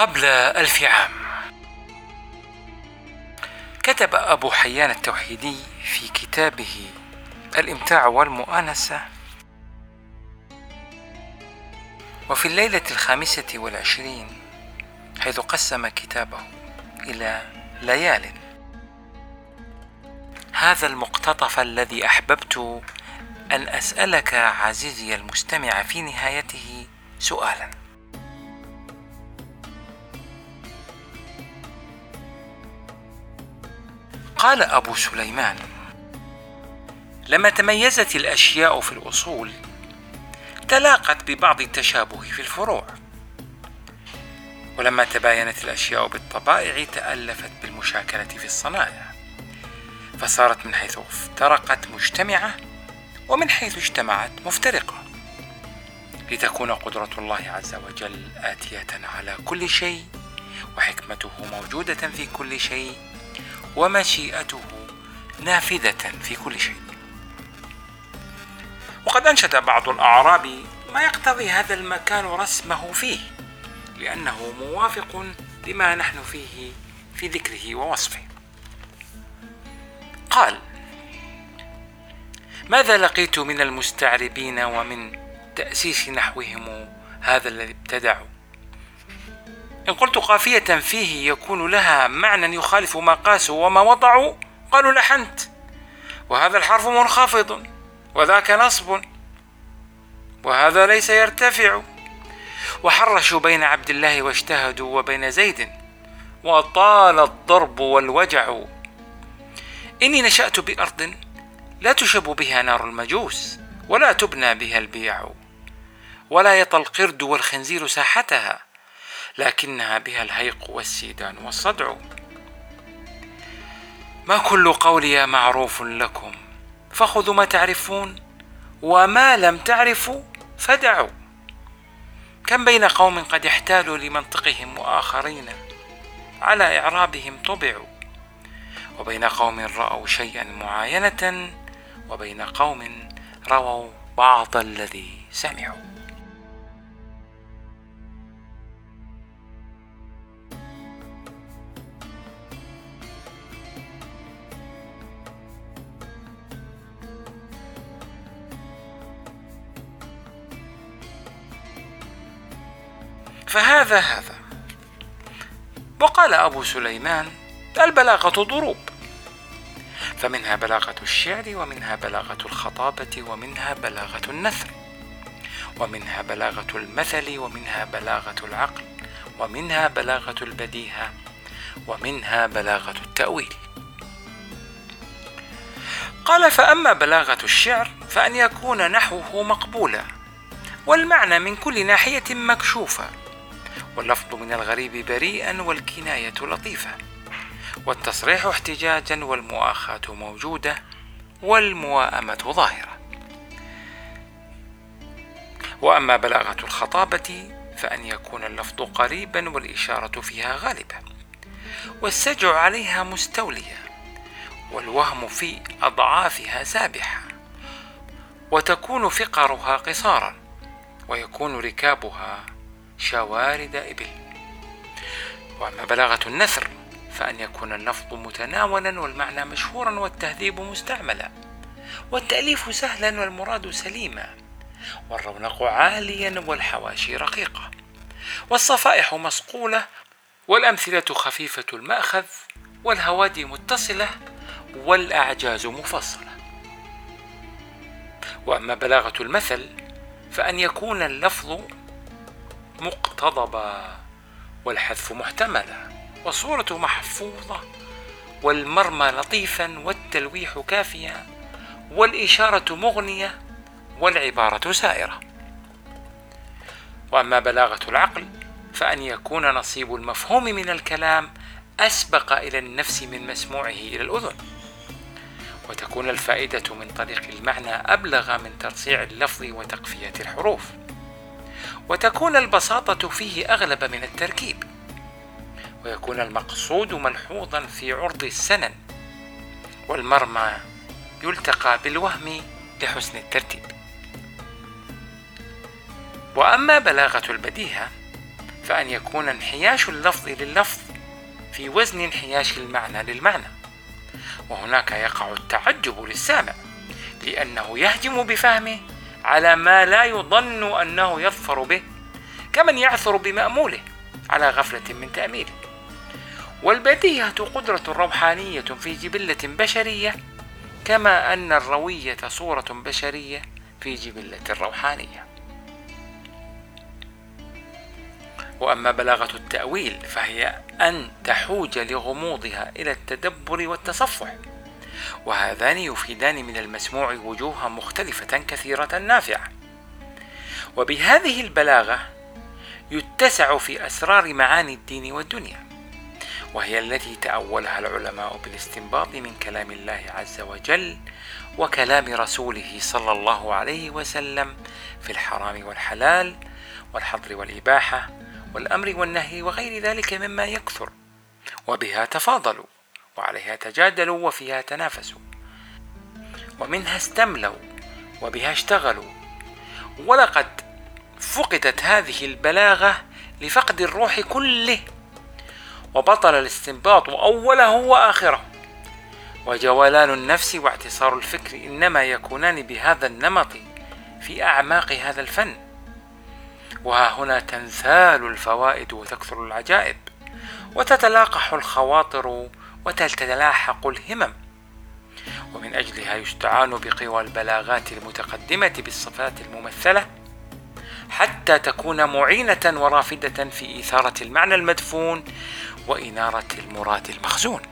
قبل 1000 عام كتب أبو حيان التوحيدي في كتابه الإمتاع والمؤانسة: وفي الليلة 25 حيث قسم كتابه إلى ليال، هذا المقتطف الذي أحببت أن أسألك عزيزي المستمع في نهايته سؤالا. قال أبو سليمان: لما تميزت الأشياء في الأصول تلاقت ببعض التشابه في الفروع، ولما تباينت الأشياء بالطبائع تألفت بالمشاكلة في الصنائع، فصارت من حيث افترقت مجتمعة، ومن حيث اجتمعت مفترقة، لتكون قدرة الله عز وجل آتية على كل شيء، وحكمته موجودة في كل شيء، ومشيئته نافذة في كل شيء. وقد أنشد بعض الأعراب ما يقتضي هذا المكان رسمه فيه، لأنه موافق لما نحن فيه في ذكره ووصفه. قال: ماذا لقيت من المستعربين ومن تأسيس نحوهم هذا الذي ابتدعوا؟ إن قلت قافية فيه يكون لها معنى يخالف ما قاسوا وما وضعوا، قالوا لحنت، وهذا الحرف منخفض وذاك نصب وهذا ليس يرتفع، وحرشوا بين عبد الله واجتهدوا وبين زيد، وطال الضرب والوجع. إني نشأت بأرض لا تشب بها نار المجوس، ولا تبنى بها البيع، ولا يطى القرد والخنزير ساحتها، لكنها بها الهيق والسيدان والصدع. ما كل قولي معروف لكم، فخذوا ما تعرفون، وما لم تعرفوا فدعوا. كم بين قوم قد احتالوا لمنطقهم، وآخرين على إعرابهم طبعوا، وبين قوم رأوا شيئا معاينة، وبين قوم رووا بعض الذي سمعوا. فهذا. وقال أبو سليمان: البلاغة ضروب، فمنها بلاغة الشعر، ومنها بلاغة الخطابة، ومنها بلاغة النثر، ومنها بلاغة المثل، ومنها بلاغة العقل، ومنها بلاغة البديهة، ومنها بلاغة التأويل. قال: فأما بلاغة الشعر فأن يكون نحوه مقبولا، والمعنى من كل ناحية مكشوفا، واللفظ من الغريب بريئا، والكناية لطيفة، والتصريح احتجاجا، والمؤاخاة موجودة، والمواءمة ظاهرة. وأما بلاغة الخطابة فأن يكون اللفظ قريبا، والإشارة فيها غالبة، والسجع عليها مستولية، والوهم في أضعافها سابحة، وتكون فقرها قصارا، ويكون ركابها شوارد إبل. وأما بلاغة النثر فأن يكون اللفظ متناولا، والمعنى مشهورا، والتهذيب مستعملا، والتأليف سهلا، والمراد سليما، والرونق عاليا، والحواشي رقيقة، والصفائح مسقولة، والأمثلة خفيفة المأخذ، والهوادي متصلة، والأعجاز مفصلة. وأما بلاغة المثل فأن يكون اللفظ مقتضبا، والحذف محتملا، والصورة محفوظة، والمرمى لطيفا، والتلويح كافيا، والإشارة مغنية، والعبارة سائرة. وأما بلاغة العقل فأن يكون نصيب المفهوم من الكلام أسبق إلى النفس من مسموعه إلى الأذن، وتكون الفائدة من طريق المعنى أبلغ من ترصيع اللفظ وتقفية الحروف، وتكون البساطة فيه أغلب من التركيب، ويكون المقصود ملحوظا في عرض السنن، والمرمى يلتقى بالوهم لحسن الترتيب. وأما بلاغة البديهة فأن يكون انحياش اللفظ لللفظ في وزن انحياش المعنى للمعنى، وهناك يقع التعجب للسامع لأنه يهجم بفهمه على ما لا يظن أنه يظفر به، كمن يعثر بمأموله على غفلة من تأميله. والبديهة قدرة روحانية في جبلة بشرية، كما أن الروية صورة بشرية في جبلة روحانية. وأما بلاغة التأويل فهي أن تحوج لغموضها إلى التدبر والتصفح، وهذان يفيدان من المسموع وجوها مختلفة كثيرة نافعة. وبهذه البلاغة يتسع في أسرار معاني الدين والدنيا، وهي التي تأولها العلماء بالاستنباط من كلام الله عز وجل وكلام رسوله صلى الله عليه وسلم في الحرام والحلال والحظر والإباحة والأمر والنهي وغير ذلك مما يكثر، وبها تفاضلوا وعليها تجادلوا وفيها تنافسوا، ومنها استملوا وبها اشتغلوا. ولقد فقدت هذه البلاغة لفقد الروح كله، وبطل الاستنباط أوله وآخره، وجولان النفس واعتصار الفكر إنما يكونان بهذا النمط في أعماق هذا الفن. وها هنا تنثال الفوائد وتكثر العجائب، وتتلاقح الخواطر وتتلاحق الهمم، ومن أجلها يستعان بقوى البلاغات المتقدمة بالصفات الممثلة حتى تكون معينة ورافدة في إثارة المعنى المدفون وإنارة المراد المخزون.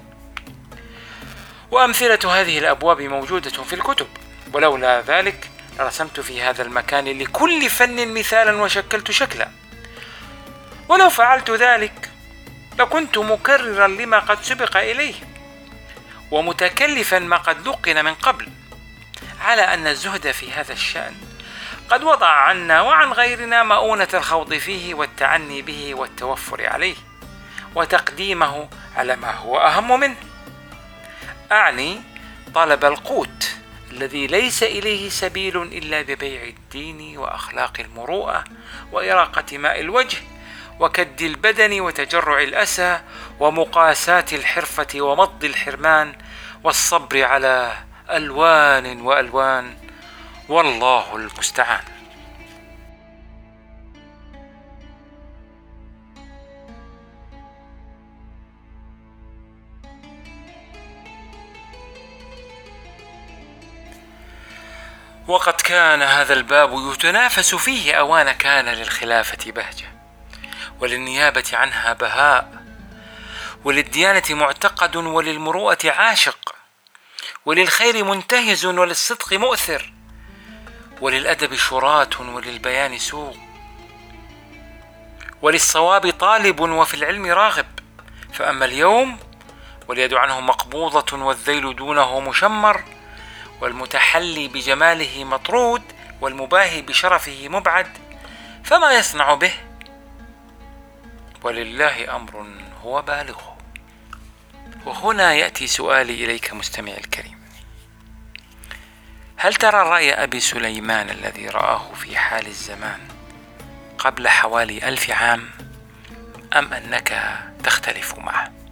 وأمثلة هذه الأبواب موجودة في الكتب، ولولا ذلك رسمت في هذا المكان لكل فن مثالا وشكلت شكلا. ولو فعلت ذلك لكنت مكررا لما قد سبق إليه ومتكلفا ما قد لقن من قبل، على أن الزهد في هذا الشأن قد وضع عنا وعن غيرنا مؤونة الخوض فيه والتعني به والتوفر عليه وتقديمه على ما هو أهم منه، أعني طلب القوت الذي ليس إليه سبيل إلا ببيع الدين وأخلاق المروءة وإراقة ماء الوجه وكد البدن وتجرع الأسى ومقاساة الحرفة ومض الحرمان والصبر على ألوان وألوان، والله المستعان. وقد كان هذا الباب يتنافس فيه أوان كان للخلافة بهجة، وللنيابة عنها بهاء، وللديانة معتقد، وللمروءة عاشق، وللخير منتهز، وللصدق مؤثر، وللأدب شراة، وللبيان سوق، وللصواب طالب، وفي العلم راغب. فأما اليوم واليد عنه مقبوضة والذيل دونه مشمر، والمتحلي بجماله مطرود والمباهي بشرفه مبعد، فما يصنع به؟ ولله أمر هو بالغه. وهنا يأتي سؤالي إليك مستمعي الكريم: هل ترى رأي أبي سليمان الذي رآه في حال الزمان قبل حوالي 1000 عام، أم أنك تختلف معه؟